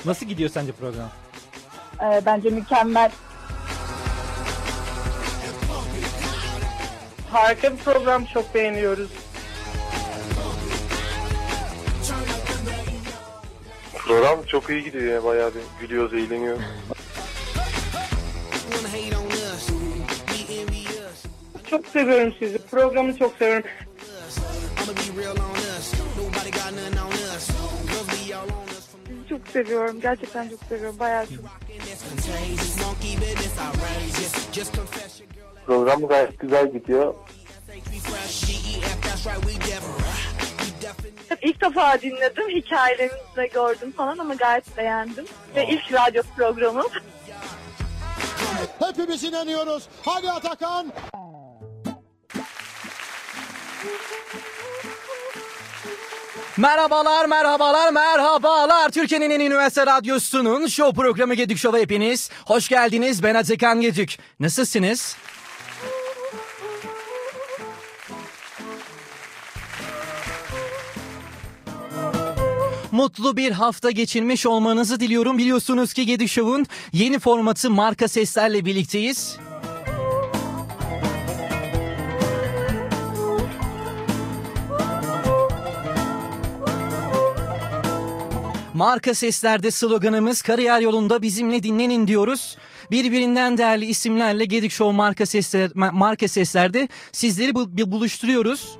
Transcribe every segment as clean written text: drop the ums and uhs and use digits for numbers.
Nasıl gidiyor sence program? Bence mükemmel. Harika bir program, çok beğeniyoruz. Program çok iyi gidiyor ya, bayağı bir gülüyoruz, eğleniyoruz. Çok seviyorum sizi, programı çok seviyorum. Sizi çok seviyorum. Gerçekten çok seviyorum. Bayağı çok. Program gayet güzel gidiyor. İlk defa dinledim. Hikayelerinizi de gördüm falan ama gayet beğendim. Ve ilk radyo programım. Hepimiz inanıyoruz. Hadi Atakan. Merhabalar, merhabalar, merhabalar. Türkiye'nin en iyi üniversite radyosunun show programı Gedik Show'a hepiniz hoş geldiniz. Ben Atakan Gedik. Nasılsınız? Mutlu bir hafta geçirmiş olmanızı diliyorum. Biliyorsunuz ki Gedik Show'un yeni formatı Marka Sesler'le birlikteyiz. Marka Sesler'de sloganımız kariyer yolunda bizimle dinlenin diyoruz. Birbirinden değerli isimlerle Gedik Show Marka Sesler'de sizleri buluşturuyoruz.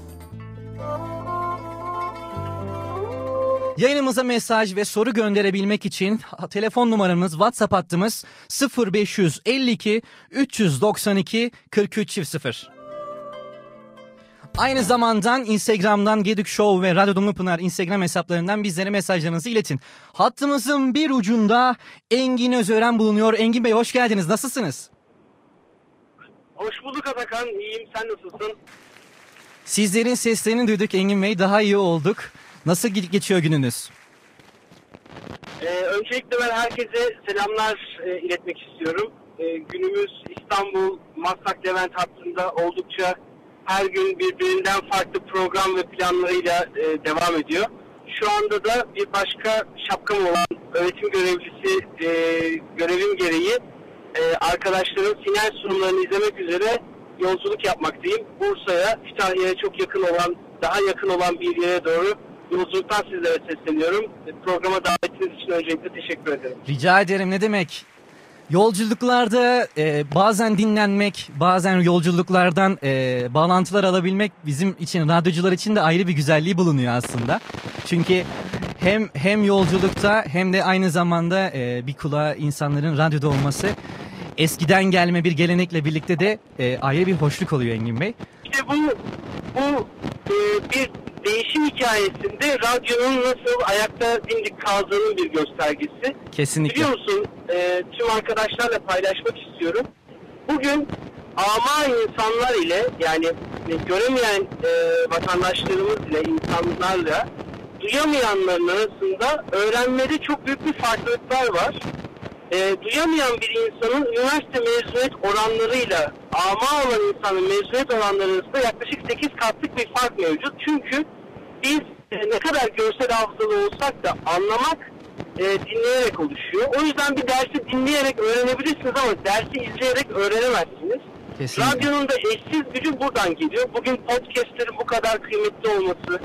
Yayınımıza mesaj ve soru gönderebilmek için telefon numaramız, WhatsApp hattımız 0552 392 4300. Aynı zamanda Instagram'dan Gedik Show ve Radyo Dumlupınar Instagram hesaplarından bizlere mesajlarınızı iletin. Hattımızın bir ucunda Engin Özören bulunuyor. Engin Bey hoş geldiniz. Nasılsınız? Hoş bulduk Atakan. İyiyim. Sen nasılsın? Sizlerin seslerini duyduk Engin Bey. Daha iyi olduk. Nasıl geçiyor gününüz? Öncelikle ben herkese selamlar iletmek istiyorum. Günümüz İstanbul Maslak Levent hattında oldukça her gün birbirinden farklı program ve planlarıyla devam ediyor. Şu anda da bir başka şapkam olan öğretim görevlisi görevim gereği arkadaşların sinyal sunumlarını izlemek üzere yolculuk yapmaktayım. Bursa'ya, Kütahya'ya çok yakın olan, daha yakın olan bir yere doğru yolculuktan sizlere sesleniyorum. Programa davetiniz için öncelikle teşekkür ederim. Rica ederim, ne demek? Yolculuklarda bazen dinlenmek, bazen yolculuklardan bağlantılar alabilmek bizim için, radyocular için de ayrı bir güzelliği bulunuyor aslında. Çünkü hem yolculukta hem de aynı zamanda bir kulağa insanların radyoda olması eskiden gelme bir gelenekle birlikte de ayrı bir hoşluk oluyor Engin Bey. İşte bu bir değişim hikayesinde radyonun nasıl ayakta dimdik kaldığının bir göstergesi. Kesinlikle. Biliyor musun, tüm arkadaşlarla paylaşmak istiyorum. Bugün ama insanlar ile, yani göremeyen vatandaşlarımız ile, insanlarla duyamayanların arasında öğrenmede çok büyük bir farklılıklar var. Duyamayan bir insanın üniversite mezuniyet oranlarıyla ama olan insanın mezuniyet oranları arasında yaklaşık 8 katlık bir fark mevcut. Çünkü biz ne kadar görsel hafızalı olsak da anlamak dinleyerek oluşuyor. O yüzden bir dersi dinleyerek öğrenebilirsiniz ama dersi izleyerek öğrenemezsiniz. Kesinlikle. Radyonun da eşsiz gücü buradan geliyor. Bugün podcastlerin bu kadar kıymetli olması,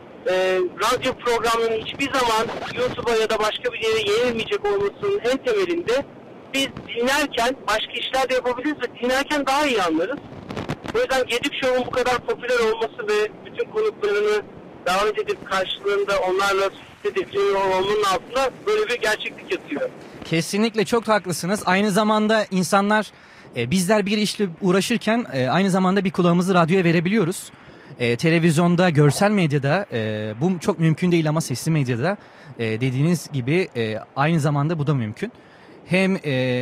radyo programının hiçbir zaman YouTube'a ya da başka bir yere yayılmayacak olmasının en temelinde biz dinlerken başka işler de yapabiliriz ve dinlerken daha iyi anlarız. O yüzden Gedik Show'un bu kadar popüler olması ve bütün konuklarını davet edip karşılığında onlarla sohbet edebiliyor olmanın altında böyle bir gerçeklik yatıyor. Kesinlikle çok haklısınız. Aynı zamanda insanlar, bizler bir işle uğraşırken aynı zamanda bir kulağımızı radyoya verebiliyoruz. Televizyonda, görsel medyada bu çok mümkün değil ama sesli medyada dediğiniz gibi aynı zamanda bu da mümkün. Hem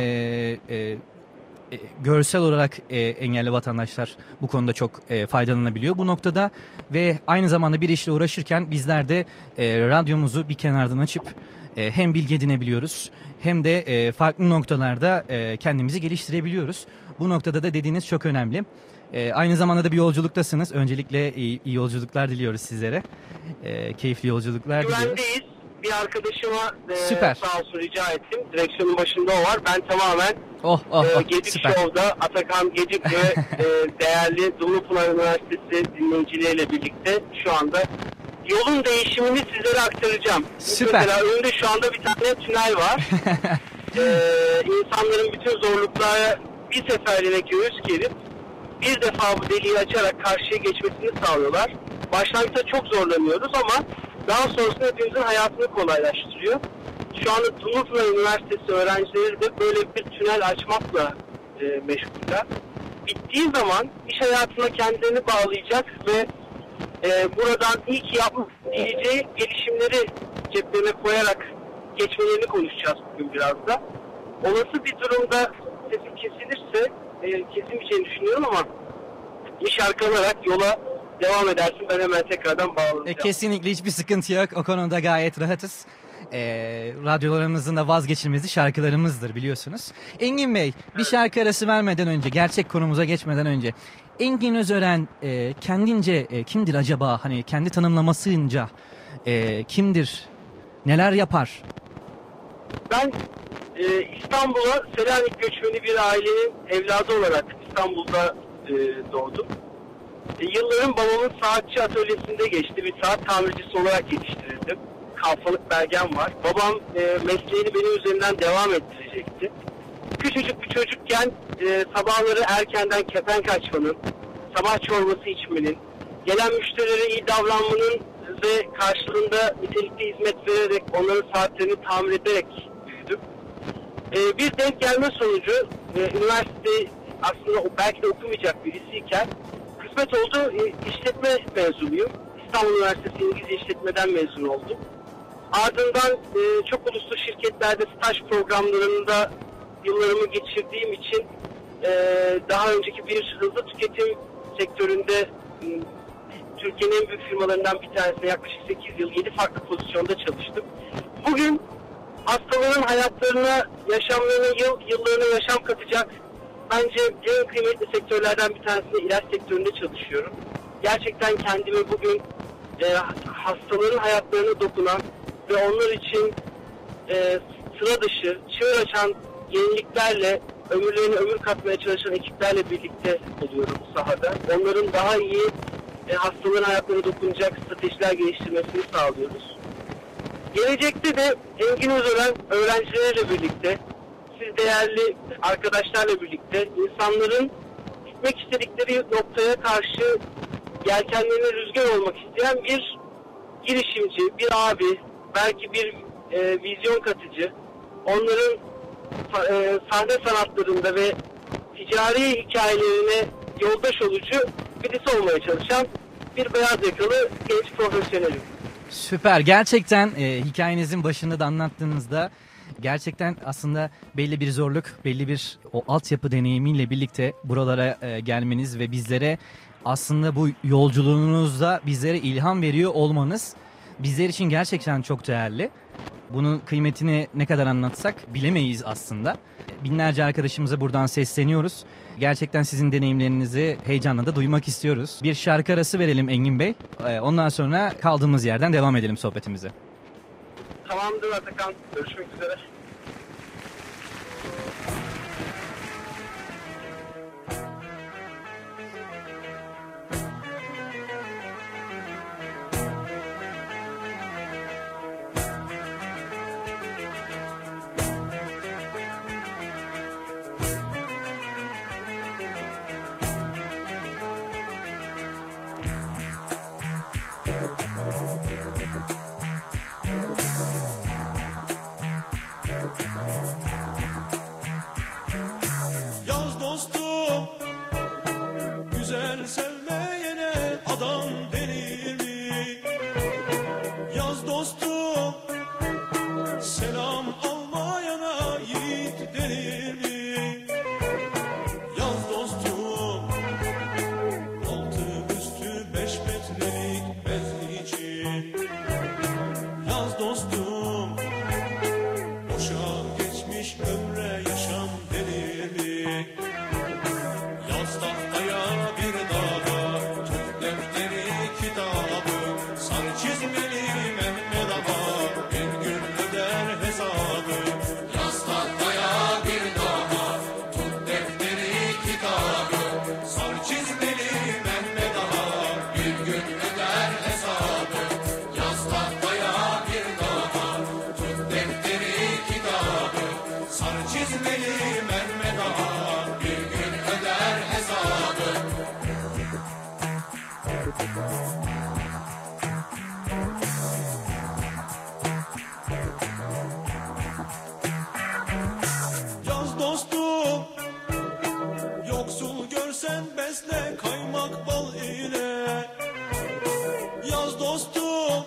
görsel olarak engelli vatandaşlar bu konuda çok faydalanabiliyor bu noktada ve aynı zamanda bir işle uğraşırken bizler de radyomuzu bir kenardan açıp hem bilgi edinebiliyoruz hem de farklı noktalarda kendimizi geliştirebiliyoruz. Bu noktada da dediğiniz çok önemli. Aynı zamanda da bir yolculuktasınız. Öncelikle iyi yolculuklar diliyoruz sizlere. Keyifli yolculuklar diliyoruz. Güvendeyiz. bir arkadaşıma Süper. sağ olsun rica ettim. Direksiyonun başında o var. Ben tamamen Gedik süper. Show'da Atakan Gedik ve değerli Dumlupınar Üniversitesi dinleyicileriyle birlikte şu anda yolun değişimini sizlere aktaracağım. Süper. Mesela önümde şu anda bir tane tünel var. İnsanların bütün zorluklara bir seferliğine göğüs gerip bir defa bu deliği açarak karşıya geçmesini sağlıyorlar. Başlangıçta çok zorlanıyoruz ama daha sonrasında hepimizin hayatını kolaylaştırıyor. Şu anda Dumlupınar Üniversitesi öğrencileri de böyle bir tünel açmakla meşguller. Bittiği zaman iş hayatına kendilerini bağlayacak ve buradan ilk yapmak diyeceği gelişimleri ceplerine koyarak geçmelerini konuşacağız bugün biraz da. Olası bir durumda sesim kesilirse kesilmeyeceğini düşünüyorum ama bir şarkı alarak yola devam edersin. Ben hemen tekrardan bağlanacağım. Kesinlikle hiçbir sıkıntı yok. O konuda gayet rahatız. Radyolarımızın da vazgeçilmezi şarkılarımızdır biliyorsunuz. Engin Bey, bir şarkı arası vermeden önce, gerçek konumuza geçmeden önce Engin Özören kendince kimdir acaba? Hani kendi tanımlamasınca kimdir? Neler yapar? Ben İstanbul'a Selanik göçmeni bir ailenin evladı olarak İstanbul'da doğdum. Yıllarım babamın saatçi atölyesinde geçti. Bir saat tamircisi olarak yetiştirildim. Kalfalık belgem var. Babam mesleğini benim üzerimden devam ettirecekti. Küçücük bir çocukken sabahları erkenden kepenk açmanın, sabah çorbası içmenin, gelen müşterilere iyi davranmanın ve karşılığında nitelikli hizmet vererek onların saatlerini tamir ederek büyüdüm. Bir denk gelme sonucu üniversite aslında belki de okumayacak birisiyken kısmet oldu, işletme mezunuyum. İstanbul Üniversitesi İngilizce İşletmeden mezun oldum. Ardından çok uluslu şirketlerde staj programlarında yıllarımı geçirdiğim için daha önceki bir hızlı tüketim sektöründe Türkiye'nin en büyük firmalarından bir tanesine yaklaşık 8 yıl 7 farklı pozisyonda çalıştım. Bugün hastaların hayatlarına, yaşamlarına, yıllarına yaşam katacak bence en kıymetli sektörlerden bir tanesinde ilaç sektöründe çalışıyorum. Gerçekten kendimi bugün hastaların hayatlarına dokunan ve onlar için sıra dışı, çığır açan yeniliklerle ömürlerine ömür katmaya çalışan ekiplerle birlikte oluyorum sahada. Onların daha iyi hastaların hayatlarına dokunacak stratejiler geliştirmesini sağlıyoruz. Gelecekte de Engin Özören öğrencileriyle birlikte, siz değerli arkadaşlarla birlikte insanların gitmek istedikleri noktaya karşı yelkenlerine rüzgar olmak isteyen bir girişimci, bir abi, belki bir vizyon katıcı, onların sahne sanatlarında ve ticari hikayelerine yoldaş olucu birisi olmaya çalışan bir beyaz yakalı genç profesyonelim. Süper. Gerçekten hikayenizin başında da anlattığınızda gerçekten aslında belli bir zorluk, belli bir o altyapı deneyimiyle birlikte buralara gelmeniz ve bizlere aslında bu yolculuğunuzda bizlere ilham veriyor olmanız bizler için gerçekten çok değerli. Bunun kıymetini ne kadar anlatsak bilemeyiz aslında. Binlerce arkadaşımıza buradan sesleniyoruz. Gerçekten sizin deneyimlerinizi heyecanla da duymak istiyoruz. Bir şarkı arası verelim Engin Bey. Ondan sonra kaldığımız yerden devam edelim sohbetimize. Tamamdır Atakan. Görüşmek üzere. görsen besle kaymak bal ile. Yaz dostum,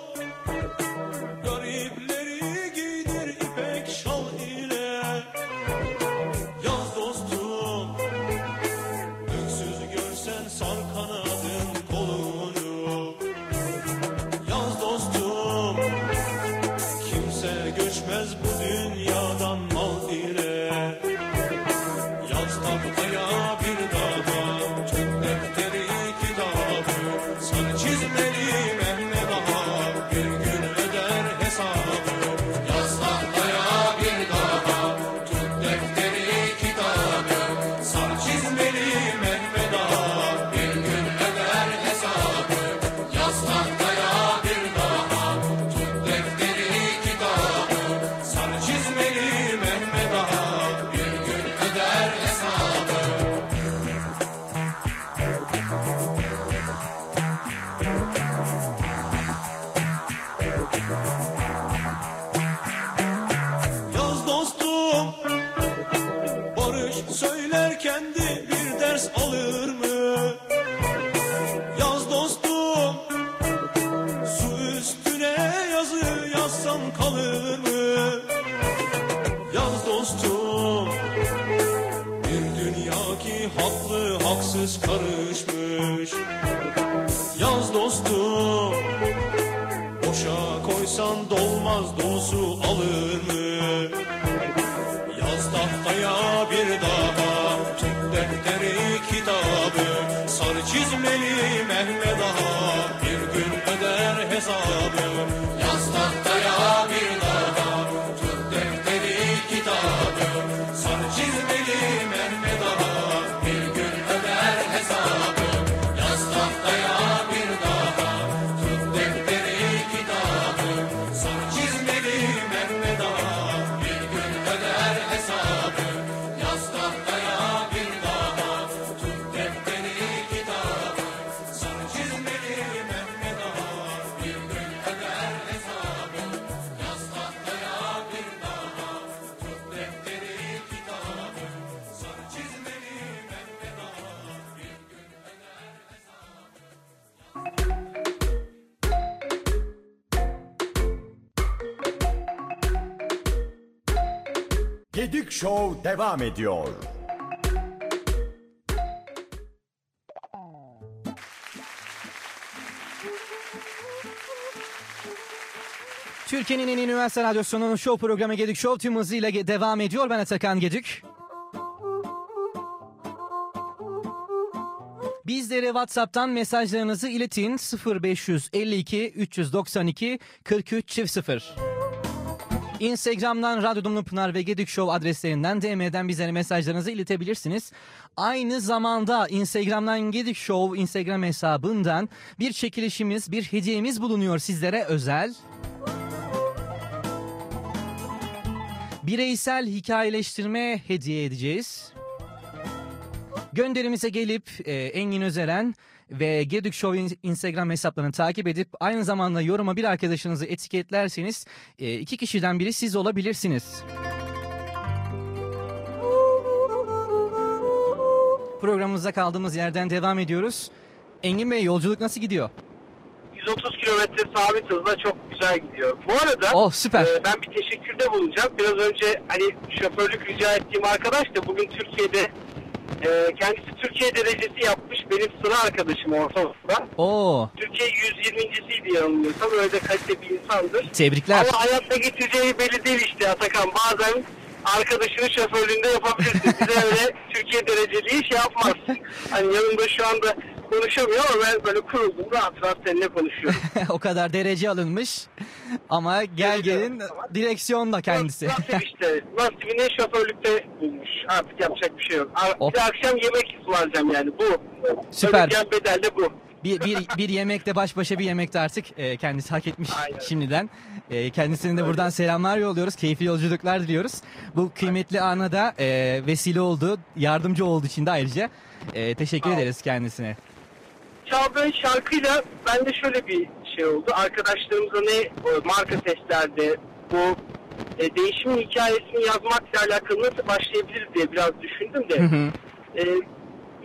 garipleri giydir ipek şal ile. Yaz dostum, öksüz görsen sar kanadın kolunu. Yaz dostum, kimse göçmez bu dünyadan mal ile. Yaz tahtaya bir daha, tüm defteri kitabı, sarı çizmeli Mehmet Ağa bir gün öder hesabı. Yaz tahtaya bir daha, tüm defteri kitabı, sarı çizmeli Mehmet Ağa bir gün öder hesabı. Yaz tahtaya bir daha, tüm defteri kitabı, sarı çizmeli Mehmet Ağa bir gün öder hesabı. Yaz dostum, barış söylerken de bir ders alır mı? Yaz dostum, su üstüne yazı yazsam kalır mı? Yaz dostum, bir dünya ki haklı haksız karışmış. Yaz dostum, boşa koysan dolmaz dolusu alır mı? Yaz tahtaya bir daha, tut defteri kitabı, sarı çizmeli Mehmet Ağa bir gün öder hesabı. Yaz tahtaya bir daha, tut defteri kitabı, sarı çizmeli Mehmet Ağa bir gün öder hesabı. Yaz tahtaya bir daha, tut defteri kitabı, sarı çizmeli Mehmet Ağa bir gün öder hesabı. Yaz tahtaya bir daha, tut defteri kitabı, sarı çizmeli Mehmet Ağa bir gün öder hesabı. Yaz tahtaya bir daha, tut defteri kitabı, sarı çizmeli Mehmet Ağa bir gün öder hesabı. Gedik Show devam ediyor. Türkiye'nin en iyi üniversite radyosunun show programı Gedik Show tüm hızıyla devam ediyor. Ben Atakan Gedik. Bizlere WhatsApp'tan mesajlarınızı iletin 0552 392 43 00. Instagram'dan Radyo Dumlupınar ve Gedik Show adreslerinden DM'den bizlere mesajlarınızı iletebilirsiniz. Aynı zamanda Instagram'dan Gedik Show Instagram hesabından bir çekilişimiz, bir hediyemiz bulunuyor sizlere özel. Bireysel hikayeleştirme hediye edeceğiz. Gönderimize gelip Engin Özeren ve Gedik Show Instagram hesaplarını takip edip aynı zamanda yoruma bir arkadaşınızı etiketlerseniz 2 kişiden biri siz olabilirsiniz. Programımıza kaldığımız yerden devam ediyoruz. Engin Bey, yolculuk nasıl gidiyor? 130 kilometre sabit hızla çok güzel gidiyor. Bu arada süper. Ben bir teşekkürde bulunacağım. Biraz önce hani şoförlük rica ettiğim arkadaş da bugün Türkiye'de kendisi Türkiye derecesi yapmış. Benim sıra arkadaşım ortaokulda. Türkiye 120.siydi yanılmıyorsam. Öyle de kalite bir insandır. Tebrikler. Ama hayatta getireceği belli değil işte Atakan. Bazen arkadaşının şoförlüğünde yapabilirsin. Bize öyle Türkiye dereceliği şey yapmaz. Hani yanımda şu anda konuşamıyor ama ben böyle kuruldum. Rahat rahat seninle konuşuyorum. O kadar derece alınmış. Ama gelin direksiyonda kendisi. Nasip işte. Nasibini şoförlükte bulmuş. Artık yapacak bir şey yok. Bir akşam yemek ısmarlayacağım yani bu. Süper. Ödeyeceğim bedel de bu. Bir yemekte baş başa bir yemekte artık kendisi hak etmiş. Aynen. Şimdiden. Kendisine de buradan selamlar yolluyoruz. Keyifli yolculuklar diliyoruz. Bu kıymetli ana da vesile oldu, yardımcı olduğu için de ayrıca teşekkür ederiz kendisine. Çaldığın şarkıyla bende şöyle bir şey oldu. Arkadaşlarımıza ne marka testlerde bu değişimin hikayesini yazmakla alakalı nasıl başlayabiliriz diye biraz düşündüm de.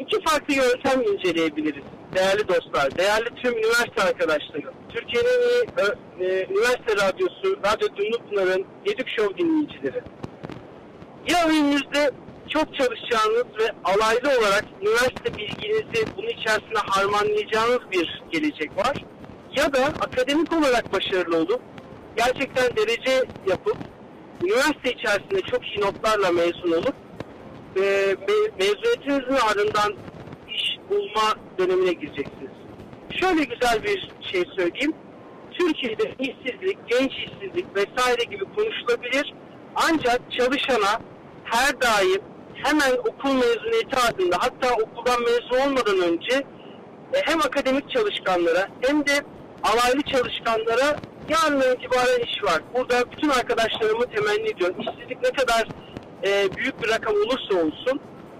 İki farklı yöntem inceleyebiliriz değerli dostlar, değerli tüm üniversite arkadaşları, Türkiye'nin üniversite radyosu, Radyo Dumlupınar'ın Gedik Show dinleyicileri. Ya önünüzde çok çalışacağınız ve alaylı olarak üniversite bilginizi bunun içerisine harmanlayacağınız bir gelecek var. Ya da akademik olarak başarılı olup gerçekten derece yapıp üniversite içerisinde çok iyi notlarla mezun olup mezuniyetinizin ardından iş bulma dönemine gireceksiniz. Şöyle güzel bir şey söyleyeyim. Türkiye'de işsizlik, genç işsizlik vesaire gibi konuşulabilir. Ancak çalışana her daim hemen okul mezuniyeti ardında, hatta okuldan mezun olmadan önce hem akademik çalışkanlara hem de alaylı çalışkanlara yarından itibaren iş var. Burada bütün arkadaşlarımı temenni ediyorum. İşsizlik ne kadar büyük bir rakam olursa olsun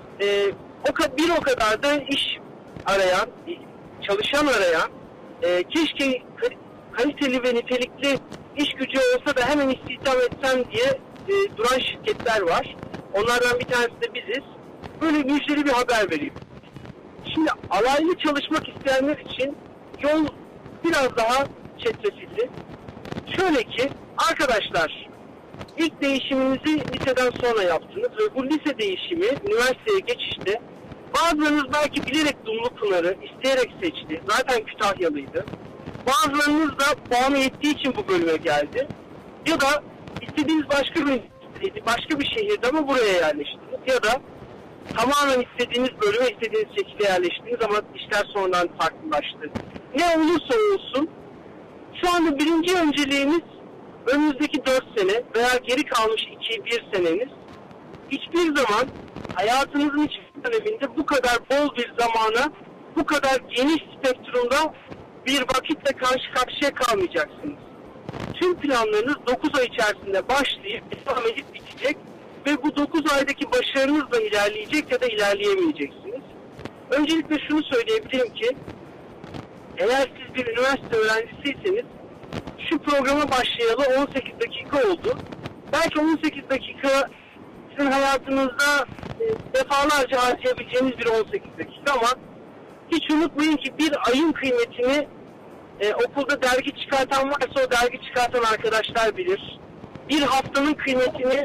bir o kadar da iş arayan, çalışan arayan, keşke kaliteli ve nitelikli iş gücü olsa da hemen istihdam etsem diye duran şirketler var. Onlardan bir tanesi de biziz. Böyle müjdeli bir haber vereyim. Şimdi alaylı çalışmak isteyenler için yol biraz daha çetrefilli. Şöyle ki arkadaşlar, ilk değişiminizi liseden sonra yaptınız ve bu lise değişimi üniversiteye geçişte bazılarınız belki bilerek Dumlupınar'ı isteyerek seçti. Zaten Kütahyalıydı. Bazılarınız da puanı yettiği için bu bölüme geldi. Ya da istediğiniz başka bir şehirde ama buraya yerleştiniz. Ya da tamamen istediğiniz bölüme istediğiniz şekilde yerleştiniz ama işler sonradan farklılaştı. Ne olursa olsun şu anda birinci önceliğiniz önümüzdeki 4 sene veya geri kalmış 2-1 seneniz. Hiçbir zaman hayatınızın hiçbir döneminde bu kadar bol bir zamana, bu kadar geniş spektrumda bir vakitle karşı karşıya kalmayacaksınız. Tüm planlarınız 9 ay içerisinde başlayıp devam edip bitecek ve bu 9 aydaki başarınızla ilerleyecek ya da ilerleyemeyeceksiniz. Öncelikle şunu söyleyebilirim ki eğer siz bir üniversite öğrencisiyseniz şu programa başlayalı 18 dakika oldu. Belki 18 dakika sizin hayatınızda defalarca harcayabileceğiniz bir 18 dakika ama hiç unutmayın ki bir ayın kıymetini okulda dergi çıkartan varsa o dergi çıkartan arkadaşlar bilir. Bir haftanın kıymetini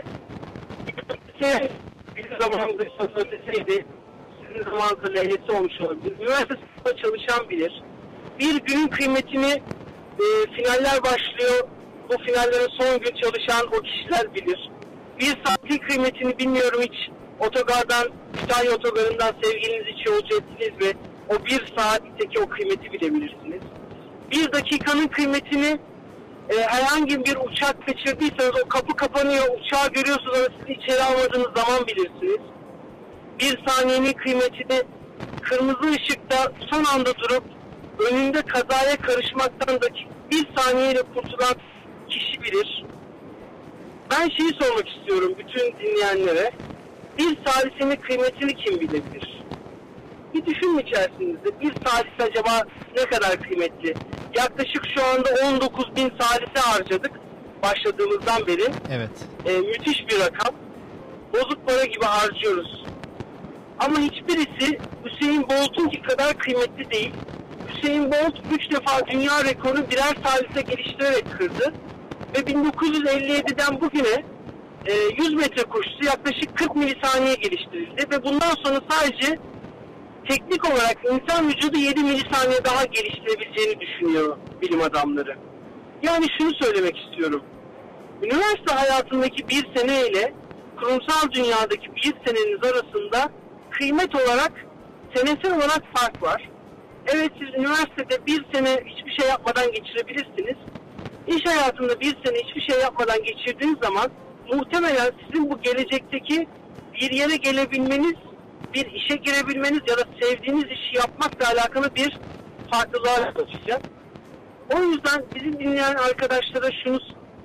bizim zamanımızda ötesiydi. Sizin zamanınızda LHS olmuş olabilir. Üniversite sınıfında çalışan bilir. Bir günün kıymetini finaller başlıyor. Bu finallere son gün çalışan o kişiler bilir. Bir saatin kıymetini bilmiyorum hiç otogardan, Kütahya otogarından sevgiliniz için yolcu ettiniz ve o bir saatteki o kıymeti bilebilirsiniz. Bir dakikanın kıymetini herhangi bir uçak kaçırdıyseniz o kapı kapanıyor, uçağı görüyorsunuz ama sizi içeri almadığınız zaman bilirsiniz. Bir saniyenin kıymetini kırmızı ışıkta son anda durup önünde kazaya karışmaktan da bir saniyeyle kurtulan kişi bilir. Ben şeyi sormak istiyorum bütün dinleyenlere. Bir salisenin kıymetini kim bilebilir? Bir düşünün içerisinizde. Bir salise acaba ne kadar kıymetli? Yaklaşık şu anda 19.000 salise harcadık başladığımızdan beri. Evet. Müthiş bir rakam. Bozuk para gibi harcıyoruz. Ama hiçbirisi Hüseyin Bolt'unki kadar kıymetli değil. Hüseyin Bolt 3 defa dünya rekoru birer salise geliştirerek kırdı. Ve 1957'den bugüne 100 metre koşusu yaklaşık 40 milisaniye geliştirildi. Ve bundan sonra sadece teknik olarak insan vücudu 7 milisaniye daha geliştirebileceğini düşünüyor bilim adamları. Yani şunu söylemek istiyorum. Üniversite hayatındaki bir sene ile kurumsal dünyadaki bir seneniz arasında kıymet olarak, senesel olarak fark var. Evet, siz üniversitede bir sene hiçbir şey yapmadan geçirebilirsiniz. İş hayatında bir sene hiçbir şey yapmadan geçirdiğiniz zaman muhtemelen sizin bu gelecekteki bir yere gelebilmeniz, bir işe girebilmeniz ya da sevdiğiniz işi yapmakla alakalı bir farklılığa açacak. O yüzden bizi dinleyen arkadaşlara şunu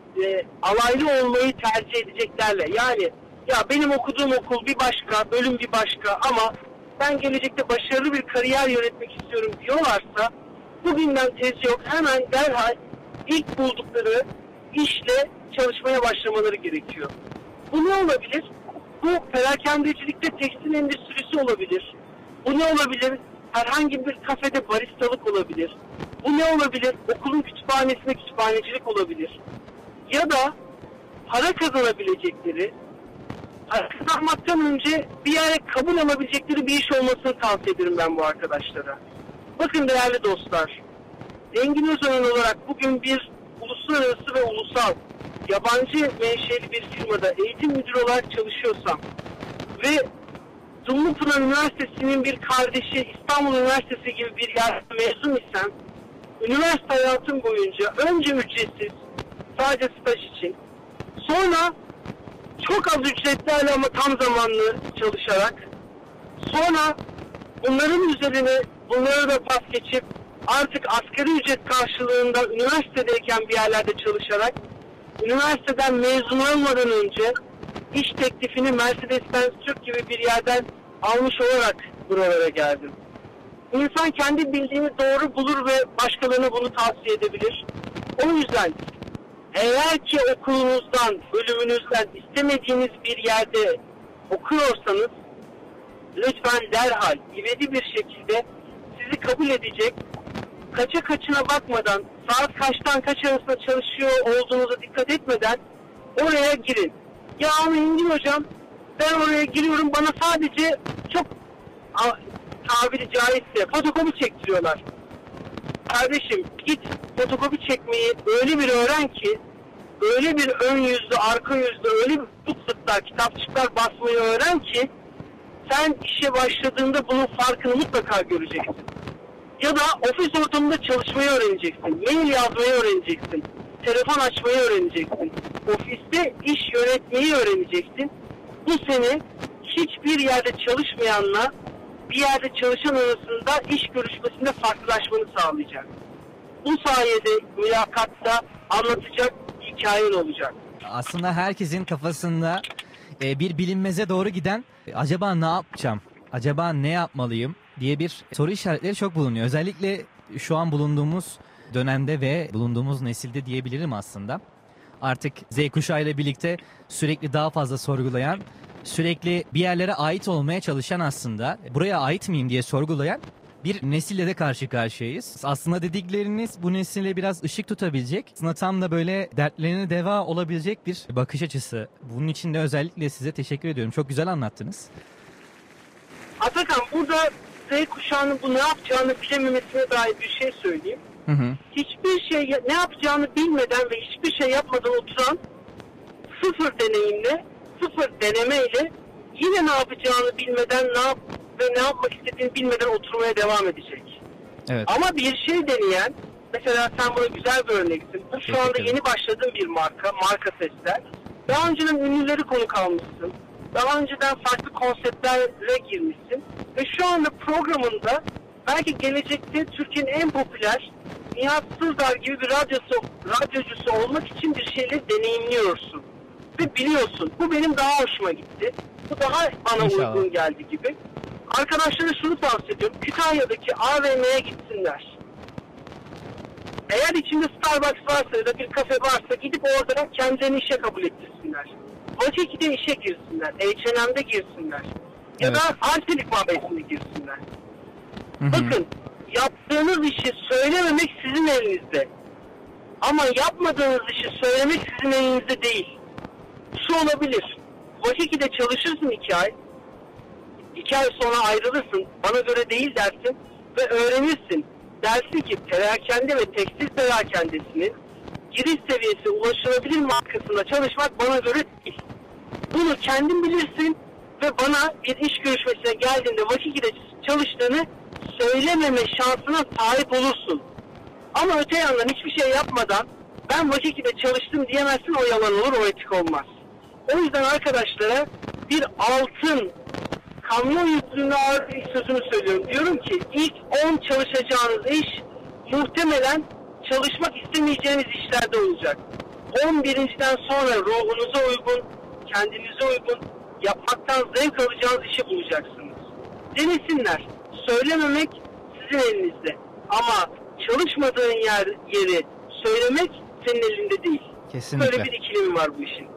alaylı olmayı tercih edeceklerle. Yani ya benim okuduğum okul bir başka, bölüm bir başka ama ben gelecekte başarılı bir kariyer yönetmek istiyorum diyorlarsa bugünden tezi yok, hemen derhal ilk buldukları işle çalışmaya başlamaları gerekiyor. Bu ne olabilir? Bu perakendecilikte tekstil endüstrisi olabilir. Bu ne olabilir? Herhangi bir kafede baristalık olabilir. Bu ne olabilir? Okulun kütüphanesinde kütüphanecilik olabilir. Ya da para kazanabilecekleri, para kazanmaktan önce bir yere kabul alabilecekleri bir iş olmasını tavsiye ederim ben bu arkadaşlara. Bakın değerli dostlar, Engin Özayan olarak bugün bir uluslararası ve ulusal yabancı menşeli bir firmada eğitim müdürü olarak çalışıyorsam ve Dumlupınar Üniversitesi'nin bir kardeşi İstanbul Üniversitesi gibi bir yerde mezun isem, üniversite hayatım boyunca önce ücretsiz, sadece staj için, sonra çok az ücretlerle ama tam zamanlı çalışarak, sonra bunların üzerine bunları da pas geçip artık asgari ücret karşılığında üniversitedeyken bir yerlerde çalışarak, üniversiteden mezun olmadan önce iş teklifini Mercedes-Benz Türk gibi bir yerden almış olarak buralara geldim. İnsan kendi bildiğini doğru bulur ve başkalarına bunu tavsiye edebilir. O yüzden eğer ki okulunuzdan, bölümünüzden istemediğiniz bir yerde okuyorsanız lütfen derhal, ivedi bir şekilde sizi kabul edecek, kaça kaçına bakmadan, saat kaçtan kaç arasında çalışıyor olduğunuza dikkat etmeden oraya girin. Ya ama Engin hocam, ben oraya giriyorum, bana sadece çok tabiri caizse fotokopi çektiriyorlar. Kardeşim git fotokopi çekmeyi öyle bir öğren ki, öyle bir ön yüzlü, arka yüzlü, öyle bir tuttuklar, kitapçıklar basmayı öğren ki sen işe başladığında bunun farkını mutlaka göreceksin. Ya da ofis ortamında çalışmayı öğreneceksin, mail yazmayı öğreneceksin, telefon açmayı öğreneceksin, ofiste iş yönetmeyi öğreneceksin. Bu seni hiçbir yerde çalışmayanla bir yerde çalışan arasında iş görüşmesinde farklılaşmanı sağlayacak. Bu sayede mülakatta anlatacak hikayen olacak. Aslında herkesin kafasında bir bilinmeze doğru giden acaba ne yapacağım, acaba ne yapmalıyım diye bir soru işaretleri çok bulunuyor. Özellikle şu an bulunduğumuz dönemde ve bulunduğumuz nesilde diyebilirim aslında. Artık Z kuşağı ile birlikte sürekli daha fazla sorgulayan, sürekli bir yerlere ait olmaya çalışan, aslında buraya ait miyim diye sorgulayan bir nesille de karşı karşıyayız. Aslında dedikleriniz bu nesile biraz ışık tutabilecek, aslında tam da böyle dertlerine deva olabilecek bir bakış açısı. Bunun için de özellikle size teşekkür ediyorum. Çok güzel anlattınız. Atakan, burada Z kuşağının bu ne yapacağını bilememesine dair bir şey söyleyeyim. Hı hı. Hiçbir şey ne yapacağını bilmeden ve hiçbir şey yapmadan oturan, sıfır deneyimle, sıfır denemeyle yine ne yapacağını bilmeden ne yapmak istediğini bilmeden oturmaya devam edecek. Evet. Ama bir şey deneyen, mesela sen buna güzel bir örneksin. Bu şu anda yeni başladığın bir marka sesler. Daha önceden ünlüleri konuk almışsın. Daha önceden farklı konseptlerle girmişsin. Ve şu anda programında belki gelecekte Türkiye'nin en popüler Nihat Sırdar gibi bir radyocusu olmak için bir şeyleri deneyimliyorsun. Ve biliyorsun. Bu benim daha hoşuma gitti. Bu daha bana İnşallah uygun geldi gibi. Arkadaşlara şunu tavsiye ediyorum. Kütahya'daki AVM'ye gitsinler. Eğer içinde Starbucks varsa ya da bir kafe varsa gidip orada kendilerini işe kabul ettirsinler. Vakıf'de işe girsinler. H&M'de girsinler. Ya Evet. da Arçelik mabesine girsinler. Bakın, yaptığınız işi söylememek sizin elinizde. Ama yapmadığınız işi söylemek sizin elinizde değil. Şu olabilir. Vakıf'de çalışırsın 2 ay. 2 ay sonra ayrılırsın. Bana göre değil dersin. Ve öğrenirsin. Dersin ki perakende ve tekstil perakendesinin giriş seviyesi ulaşılabilir markasında çalışmak bana göre değil. Bunu kendin bilirsin ve bana bir iş görüşmesine geldiğinde Vakıf'de çalıştığını söylememe şansına sahip olursun. Ama öte yandan hiçbir şey yapmadan ben Vakıf'de çalıştım diyemezsin, o yalan olur, o etik olmaz. O yüzden arkadaşlara bir altın kamyon yüklüğüne ağır bir sözünü söylüyorum. Diyorum ki ilk 10 çalışacağınız iş muhtemelen çalışmak istemeyeceğiniz işlerde olacak. 11.den sonra ruhunuza uygun, kendinize uygun, yapmaktan zevk alacağınız işi bulacaksınız. Denesinler. Söylememek sizin elinizde. Ama çalışmadığın yeri söylemek senin elinde değil. Kesinlikle. Böyle bir ikilemi var bu işin.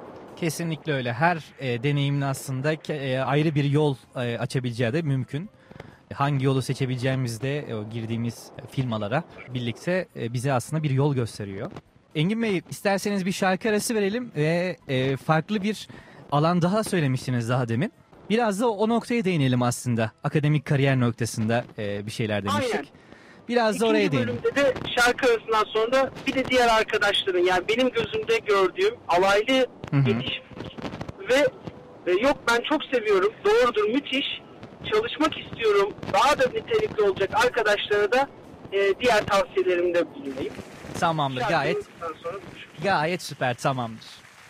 Kesinlikle öyle. Her deneyimin aslında ayrı bir yol açabileceği de mümkün. hangi yolu seçebileceğimizde o girdiğimiz firmalara birlikte bize aslında bir yol gösteriyor. Engin Bey, isterseniz bir şarkı arası verelim ve farklı bir alan daha söylemiştiniz daha demin. Biraz da o noktaya değinelim aslında. Akademik kariyer noktasında bir şeyler demiştik. Aynen. Biraz da oraya değinelim. İkinci bölümde de şarkı arasından sonra bir de diğer arkadaşların, yani benim gözümde gördüğüm alaylı yetişim ve yok ben çok seviyorum, doğrudur, müthiş, çalışmak istiyorum, daha da nitelikli olacak arkadaşlara da diğer tavsiyelerimde bulunayım. Tamamdır, Şarkı arasından sonra buluşuruz. gayet süper, tamamdır.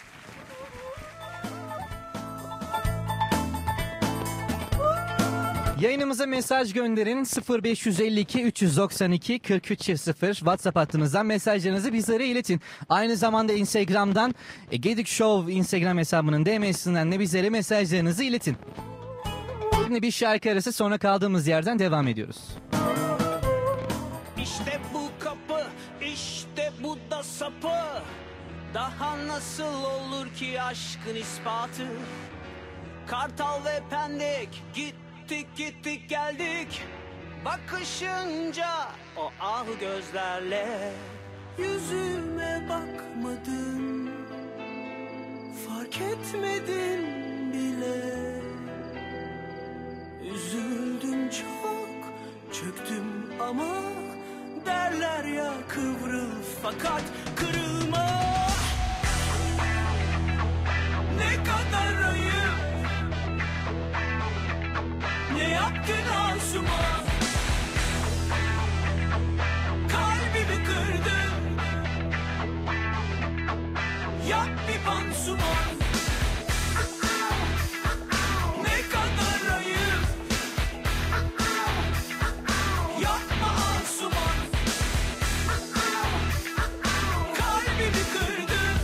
Yayınımıza mesaj gönderin 0552 392 4300 WhatsApp hattınızdan mesajlarınızı bizlere iletin. Aynı zamanda Instagram'dan Gedik Show Instagram hesabının DM'sinden de bizlere mesajlarınızı iletin. Şimdi bir şarkı arası, sonra kaldığımız yerden devam ediyoruz. İşte bu kapı, işte bu da sapı. Daha nasıl olur ki aşkın ispatı? Kartal ve Pendik, gittik geldik. Bakışınca o ah gözlerle yüzüme bakmadın, fark etmedin bile. Üzüldüm çok, çöktüm ama derler ya kıvrıl fakat kırılma. Ne kadar ayıp, ne yaptın Asuman? Kalbimi kırdın, yap bir pansuman. Ne kadar ayıp, yapma Asuman. Kalbimi kırdın,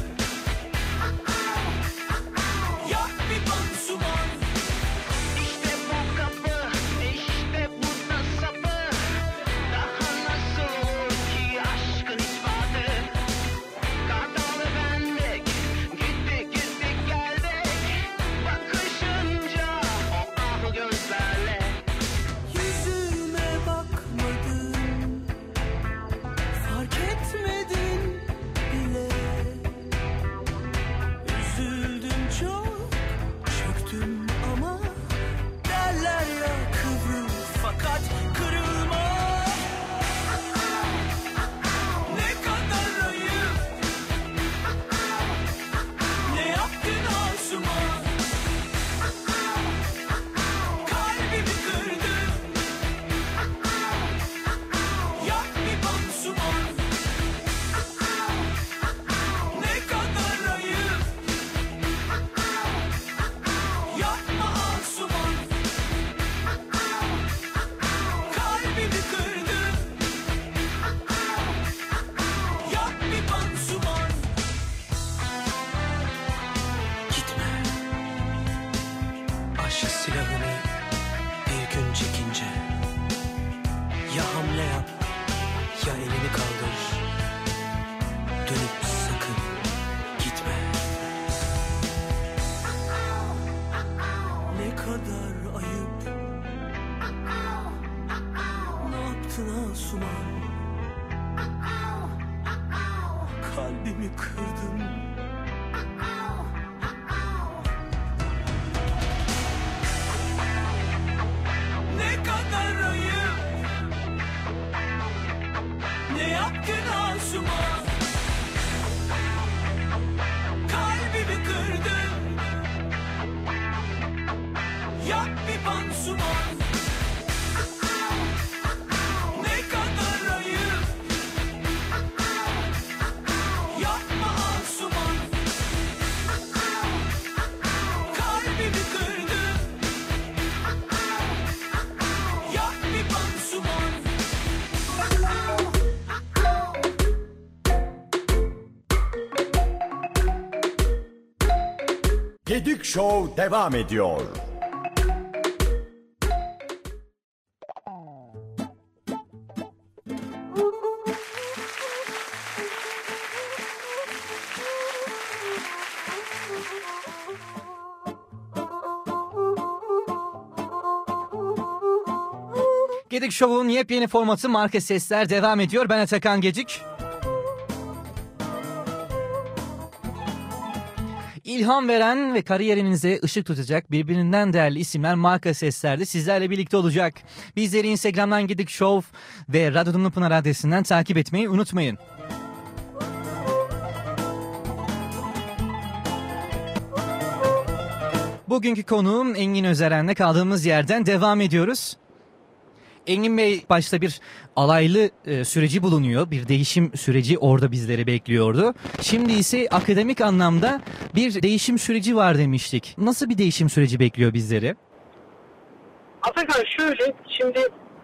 yap bir pansuman. İşte bu kapı, işte bu da sapı. Daha nasıl olur ki aşkın ispatı? Kartal ve Pendik, gittik geldik. Bakışınca o ah gözlerle yüzüme bakmadın, fark etmedin bile. Üzüldüm çok, çöktüm ama derler ya kıvrıl fakat kırılma. Ne kadar ayıp, ne yaptın Asuman? Kalbimi kırdın, yap bir pansuman. Ne kadar ayıp, yapma Asuman. Kalbimi kırdın, yap bir pansuman. Gitme, aşk silahını bir gün çekince, ya hamle yap ya elini kaldır, dönüp sakın gitme. Ne kadar ayıp, ne yaptın Asuman? Kalbimi kırdın. Ne kadar ayıp, ne yaptın Asuman? Kalbimi kırdın, yap bir pansuman. Ne kadar ayıp, yapma Asuman. Kalbimi kırdın, yap bir pansuman. Gedik Show devam ediyor. Gedik Show'un yepyeni formatı Marka Sesler devam ediyor. Ben Atakan Gedik. İlham veren ve kariyerinize ışık tutacak birbirinden değerli isimler Marka Sesler'de sizlerle birlikte olacak. Bizleri Instagram'dan Gedik Show ve Radyo Dumlupınar adresinden takip etmeyi unutmayın. Bugünkü konuğum Engin Özeren'le kaldığımız yerden devam ediyoruz. Engin Bey başta bir alaylı süreci bulunuyor. Bir değişim süreci orada bizleri bekliyordu. Şimdi ise akademik anlamda bir değişim süreci var demiştik. Nasıl bir değişim süreci bekliyor bizleri? Atakan şöyle, şimdi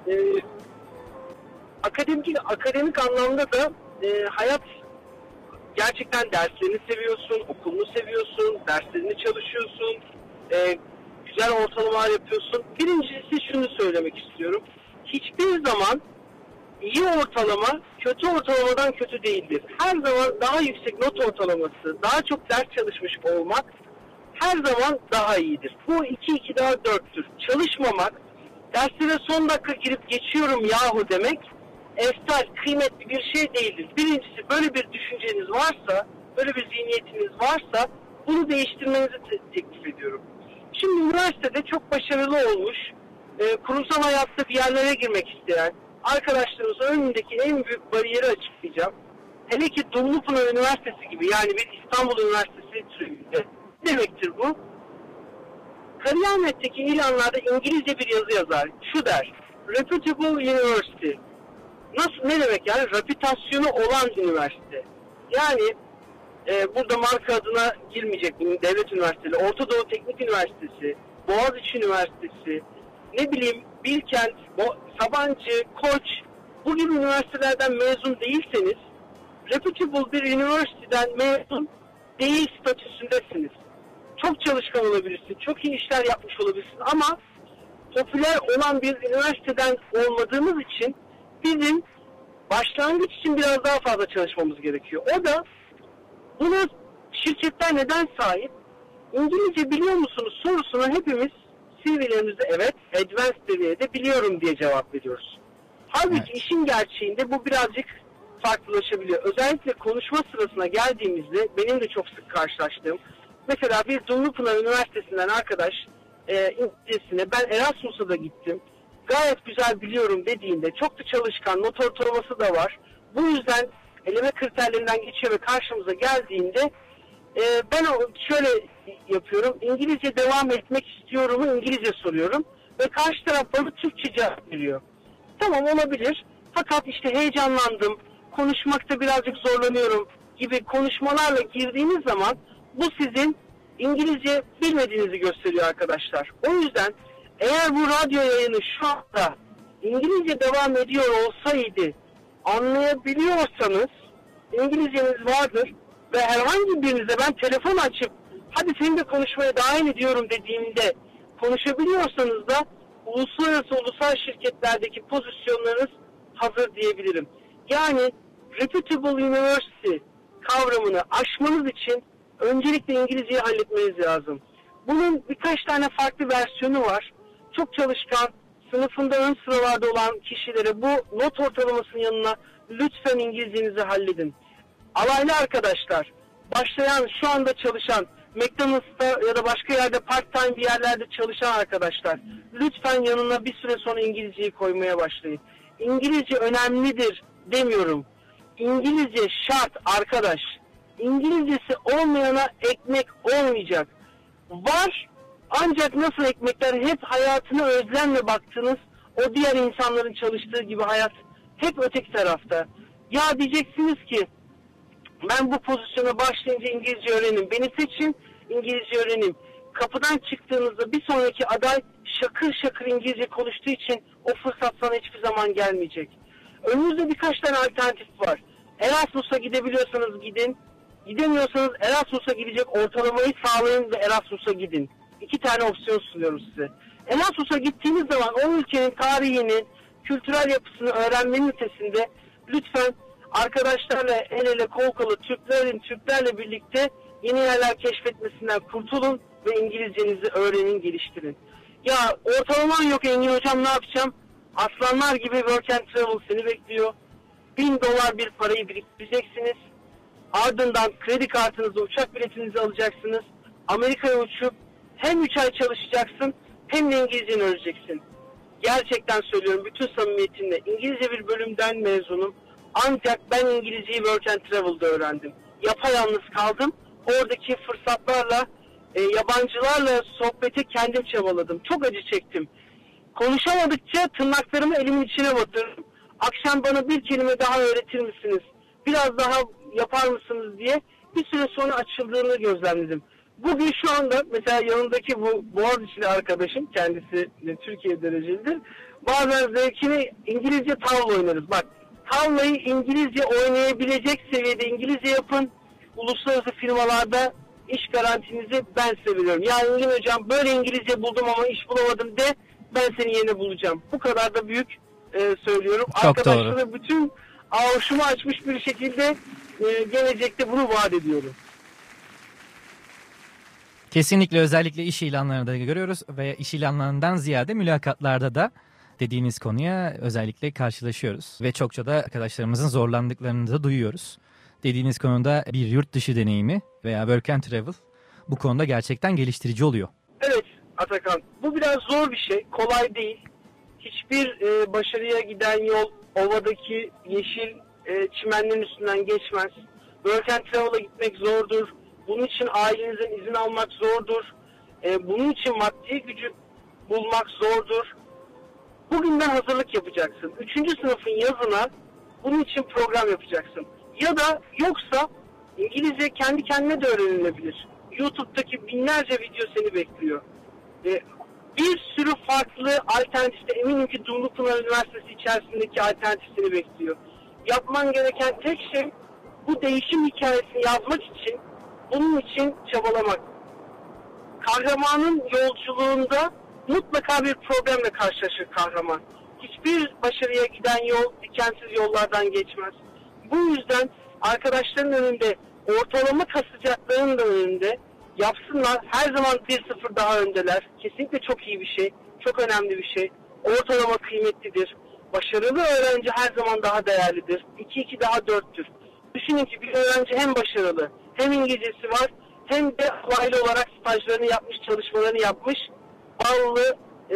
akademik anlamda da hayat gerçekten derslerini seviyorsun, okulunu seviyorsun, derslerini çalışıyorsun, güzel ortalamalar yapıyorsun. Birincisi şunu söylemek istiyorum. Hiçbir zaman iyi ortalama kötü ortalamadan kötü değildir. Her zaman daha yüksek not ortalaması, daha çok ders çalışmış olmak her zaman daha iyidir. Bu 2 daha 4'tür. Çalışmamak, derslere son dakika girip geçiyorum yahu demek eftal, kıymetli bir şey değildir. Birincisi, böyle bir düşünceniz varsa, böyle bir zihniyetiniz varsa bunu değiştirmenizi teklif ediyorum. Şimdi üniversitede çok başarılı olmuş, kurumsal hayatta bir yerlere girmek isteyen arkadaşlarımızın önündeki en büyük bariyeri açıklayacağım. Hele ki Dumlupınar Üniversitesi gibi, yani bir İstanbul Üniversitesi türünde. Ne demektir bu? Kariyer.net'teki ilanlarda İngilizce bir yazı yazar. Şu der: Reputable University. Nasıl, ne demek yani? Reputasyonu olan üniversite. Yani burada marka adına girmeyecek devlet üniversiteleri, Orta Doğu Teknik Üniversitesi, Boğaziçi Üniversitesi, ne bileyim Bilkent, Sabancı, Koç, bu gibi üniversitelerden mezun değilseniz, reputable bir üniversiteden mezun değil statüsündesiniz. Çok çalışkan olabilirsin, çok iyi işler yapmış olabilirsin ama popüler olan bir üniversiteden olmadığımız için bizim başlangıç için biraz daha fazla çalışmamız gerekiyor. O da, bunu şirketler neden sahip? İngilizce biliyor musunuz sorusuna hepimiz CV'lerimizde evet, advanced seviyede biliyorum diye cevap veriyoruz. Halbuki evet, işin gerçeğinde bu birazcık farklılaşabiliyor. Özellikle konuşma sırasına geldiğimizde benim de çok sık karşılaştığım, mesela bir Dumlupınar Üniversitesi'nden arkadaş İngilizcesine ben Erasmus'a da gittim, gayet güzel biliyorum dediğinde, çok da çalışkan, not ortalaması da var. Bu yüzden eleme kriterlerinden geçiyor ve karşımıza geldiğinde ben şöyle yapıyorum, İngilizce devam etmek istiyorum, İngilizce soruyorum ve karşı taraf bana Türkçe cevap veriyor. Tamam, olabilir, fakat işte heyecanlandım, konuşmakta birazcık zorlanıyorum gibi konuşmalarla girdiğiniz zaman bu sizin İngilizce bilmediğinizi gösteriyor arkadaşlar. O yüzden eğer bu radyo yayını şu anda İngilizce devam ediyor olsaydı, anlayabiliyorsanız İngilizceniz vardır ve herhangi birinize ben telefon açıp hadi seni de konuşmaya dahil ediyorum dediğimde konuşabiliyorsanız da ulusal şirketlerdeki pozisyonlarınız hazır diyebilirim. Yani reputable university kavramını aşmanız için öncelikle İngilizceyi halletmeniz lazım. Bunun birkaç tane farklı versiyonu var. Çok çalışkan, sınıfında ön sıralarda olan kişilere bu not ortalamasının yanına lütfen İngilizcenizi halledin. Alaylı arkadaşlar, başlayan, şu anda çalışan, McDonald's'ta ya da başka yerde part-time bir yerlerde çalışan arkadaşlar, lütfen yanına bir süre sonra İngilizceyi koymaya başlayın. İngilizce önemlidir demiyorum. İngilizce şart arkadaş. İngilizcesi olmayana ekmek olmayacak. Var, ancak nasıl ekmekler, hep hayatına özlemle baktınız, o diğer insanların çalıştığı gibi hayat hep öteki tarafta. Ya diyeceksiniz ki ben bu pozisyona başlayınca İngilizce öğrenim, beni seçin, İngilizce öğrenim. Kapıdan çıktığınızda bir sonraki aday şakır şakır İngilizce konuştuğu için o fırsat sana hiçbir zaman gelmeyecek. Önünüzde birkaç tane alternatif var. Erasmus'a gidebiliyorsanız gidin. Gidemiyorsanız Erasmus'a gidecek ortalamayı sağlayın ve Erasmus'a gidin. 2 tane opsiyon sunuyorum size. Erasmus'a gittiğiniz zaman o ülkenin tarihini, kültürel yapısını öğrenmenin ötesinde lütfen arkadaşlarla el ele kol kola Türklerle birlikte yeni yerler keşfetmesinden kurtulun ve İngilizcenizi öğrenin, geliştirin. Ya ortalamam yok Engin hocam, ne yapacağım? Aslanlar gibi Work and Travel seni bekliyor. $1000 bir parayı biriktireceksiniz. Ardından kredi kartınızı, uçak biletinizi alacaksınız. Amerika'ya uçup hem 3 ay çalışacaksın hem de İngilizceni öğreneceksin. Gerçekten söylüyorum bütün samimiyetimle, İngilizce bir bölümden mezunum. Ancak ben İngilizceyi Work and Travel'da öğrendim. Yapayalnız kaldım. Oradaki fırsatlarla, yabancılarla sohbete kendim çabaladım. Çok acı çektim. Konuşamadıkça tırnaklarımı elimin içine batırdım. Akşam bana bir kelime daha öğretir misiniz? Biraz daha yapar mısınız diye bir süre sonra açıldığını gözlemledim. Bugün şu anda mesela yanındaki bu Boğaziçi'li arkadaşım, kendisi Türkiye derecelidir. Bazen zevkini İngilizce tavla oynarız. Bak, tavlayı İngilizce oynayabilecek seviyede İngilizce yapın. Uluslararası firmalarda iş garantinizi ben size veriyorum. Ya Engin hocam böyle İngilizce buldum ama iş bulamadım de, ben seni yerine bulacağım. Bu kadar da büyük söylüyorum. Çok Arkadaşlara doğru. bütün avuşumu açmış bir şekilde gelecekte bunu vaat ediyorum. Kesinlikle, özellikle iş ilanlarında görüyoruz ve iş ilanlarından ziyade mülakatlarda da dediğiniz konuya özellikle karşılaşıyoruz. Ve çokça da arkadaşlarımızın zorlandıklarını da duyuyoruz. Dediğiniz konuda bir yurt dışı deneyimi veya work and travel bu konuda gerçekten geliştirici oluyor. Evet Atakan, bu biraz zor bir şey, kolay değil. Hiçbir başarıya giden yol ovadaki yeşil çimenlerin üstünden geçmez. Work and Travel'a gitmek zordur. Bunun için ailenizden izin almak zordur. Bunun için maddi gücü bulmak zordur. Bugünden hazırlık yapacaksın. 3. sınıfın yazına bunun için program yapacaksın. Ya da yoksa İngilizce kendi kendine de öğrenilebilir. YouTube'daki binlerce video seni bekliyor. Bir sürü farklı alternatifte, eminim ki Dumlupınar Üniversitesi içerisindeki alternatif seni bekliyor. Yapman gereken tek şey bu değişim hikayesini yazmak için, bunun için çabalamak. Kahramanın yolculuğunda mutlaka bir problemle karşılaşır kahraman. Hiçbir başarıya giden yol dikensiz yollardan geçmez. Bu yüzden arkadaşların önünde, ortalama kasacaklarının da önünde yapsınlar. Her zaman 1-0 daha öndeler. Kesinlikle çok iyi bir şey. Çok önemli bir şey. Ortalama kıymetlidir. Başarılı öğrenci her zaman daha değerlidir. 2-2 daha 4'tür. Düşünün ki bir öğrenci hem başarılı, hem İngilizcesi var, hem de alaylı olarak stajlarını yapmış, çalışmalarını yapmış. Ballı,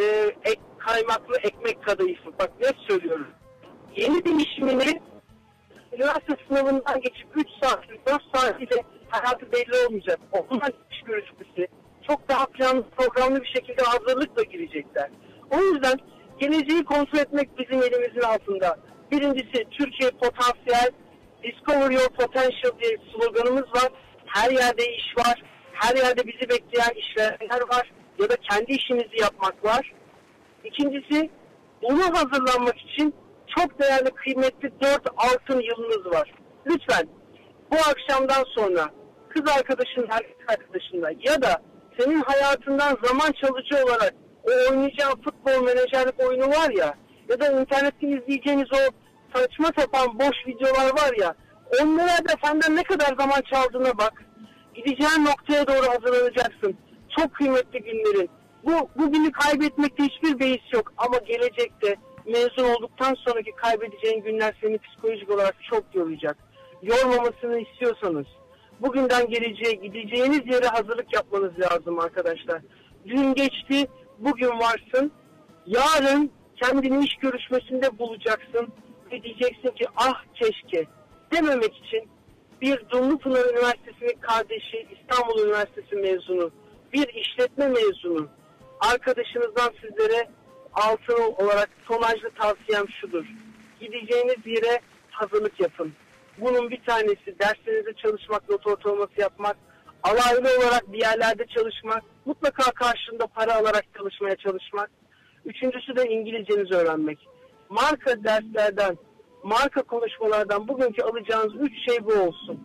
kaymaklı ekmek kadayıfı. Bak net söylüyorum. Yeni değişimini üniversite sınavından geçip 3 saat, 4 saat ile hayatı belli olmayacak. Okuldan iş görüşmesi, çok daha planlı, programlı bir şekilde hazırlıkla girecekler. O yüzden geleceği kontrol etmek bizim elimizin altında. Birincisi, Türkiye potansiyel, Discover Your Potential diye sloganımız var. Her yerde iş var, her yerde bizi bekleyen işverenler var ya da kendi işimizi yapmak var. İkincisi, ona hazırlanmak için çok değerli, kıymetli 4 altın yılınız var. Lütfen bu akşamdan sonra kız arkadaşın, erkek arkadaşınla ya da senin hayatından zaman çalıcı olarak o oynayacağın futbol menajerlik oyunu var ya da internette izleyeceğiniz o saçma sapan boş videolar var ya, onlara da senden ne kadar zaman çaldığına bak. Gideceğin noktaya doğru hazırlanacaksın. Çok kıymetli günlerin. Bugünü kaybetmekte hiçbir beis yok ama gelecekte mezun olduktan sonraki kaybedeceğin günler seni psikolojik olarak çok yoracak. Yormamasını istiyorsanız bugünden geleceğe, gideceğiniz yere hazırlık yapmanız lazım arkadaşlar. Dün geçti, bugün varsın. Yarın kendini iş görüşmesinde bulacaksın ve diyeceksin ki ah keşke dememek için bir Dumlupınar Üniversitesi'nin kardeşi, İstanbul Üniversitesi mezunu, bir işletme mezunu arkadaşınızdan sizlere altın olarak tonajlı tavsiyem şudur. Gideceğiniz yere hazırlık yapın. Bunun bir tanesi derslerinizde çalışmak, not ortalaması yapmak, alaylı olarak bir yerlerde çalışmak, mutlaka karşılığında para alarak çalışmaya çalışmak. Üçüncüsü de İngilizcenizi öğrenmek. Marka derslerden, marka konuşmalardan bugünkü alacağınız 3 şey bu olsun.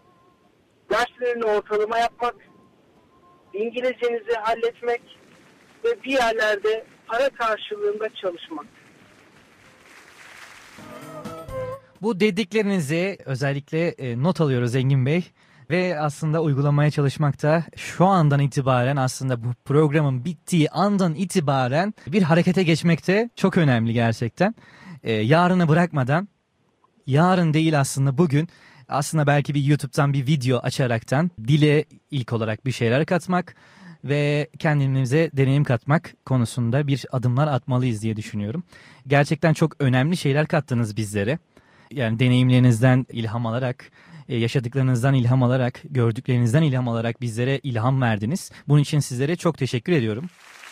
Derslerini ortalama yapmak, İngilizcenizi halletmek ve bir yerlerde para karşılığında çalışmak. Bu dediklerinizi özellikle not alıyoruz Engin Bey. Ve aslında uygulamaya çalışmakta şu andan itibaren, aslında bu programın bittiği andan itibaren bir harekete geçmekte çok önemli gerçekten. Yarını bırakmadan, yarın değil aslında bugün, aslında belki bir YouTube'dan bir video açaraktan dile ilk olarak bir şeyler katmak ve kendimize deneyim katmak konusunda bir adımlar atmalıyız diye düşünüyorum. Gerçekten çok önemli şeyler kattınız bizlere. Yani deneyimlerinizden ilham alarak, yaşadıklarınızdan ilham alarak, gördüklerinizden ilham alarak bizlere ilham verdiniz. Bunun için sizlere çok teşekkür ediyorum.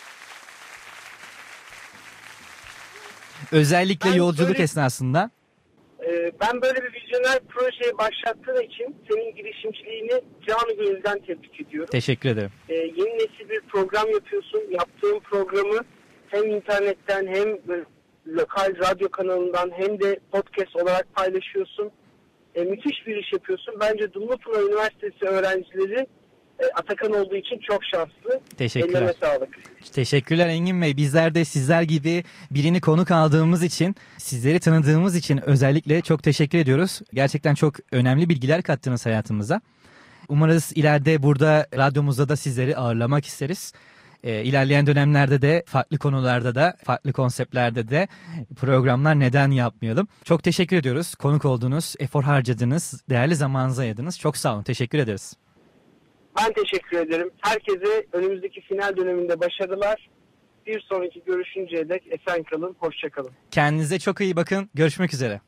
Özellikle yolculuk esnasında. Ben böyle bir vizyoner projeyi başlattığın için senin girişimciliğini canı gönülden tebrik ediyorum. Teşekkür ederim. Yeni nesil bir program yapıyorsun. Yaptığın programı hem internetten hem lokal radyo kanalından hem de podcast olarak paylaşıyorsun. Müthiş bir iş yapıyorsun. Bence Dumlupınar Üniversitesi öğrencileri Atakan olduğu için çok şanslı. Teşekkürler. Ellerine sağlık. Teşekkürler Engin Bey. Bizler de sizler gibi birini konuk aldığımız için, sizleri tanıdığımız için özellikle çok teşekkür ediyoruz. Gerçekten çok önemli bilgiler kattınız hayatımıza. Umarız ileride burada radyomuzda da sizleri ağırlamak isteriz. İlerleyen dönemlerde de farklı konularda da, farklı konseptlerde de programlar neden yapmayalım. Çok teşekkür ediyoruz. Konuk oldunuz, efor harcadınız, değerli zamanınızı ayırdınız. Çok sağ olun. Teşekkür ederiz. Ben teşekkür ederim. Herkese önümüzdeki final döneminde başarılar. Bir sonraki görüşünceye dek esen kalın, hoşça kalın. Kendinize çok iyi bakın. Görüşmek üzere.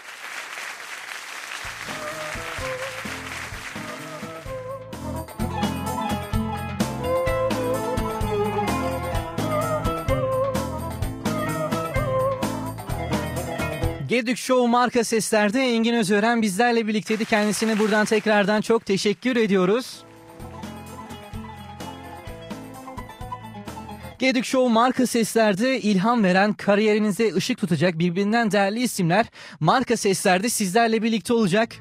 Gedük Show marka seslerde Engin Özören bizlerle birlikteydi. Kendisine buradan tekrardan çok teşekkür ediyoruz. Gedük Show marka seslerde ilham veren, kariyerinize ışık tutacak birbirinden değerli isimler marka seslerde sizlerle birlikte olacak.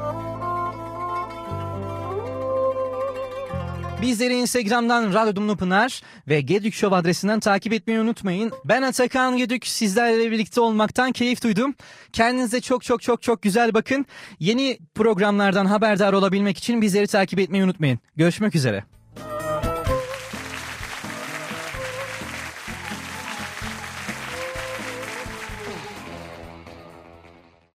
Bizleri Instagram'dan Radyo Dumlupınar ve Gedük Show adresinden takip etmeyi unutmayın. Ben Atakan Gedük, sizlerle birlikte olmaktan keyif duydum. Kendinize çok güzel bakın. Yeni programlardan haberdar olabilmek için bizleri takip etmeyi unutmayın. Görüşmek üzere.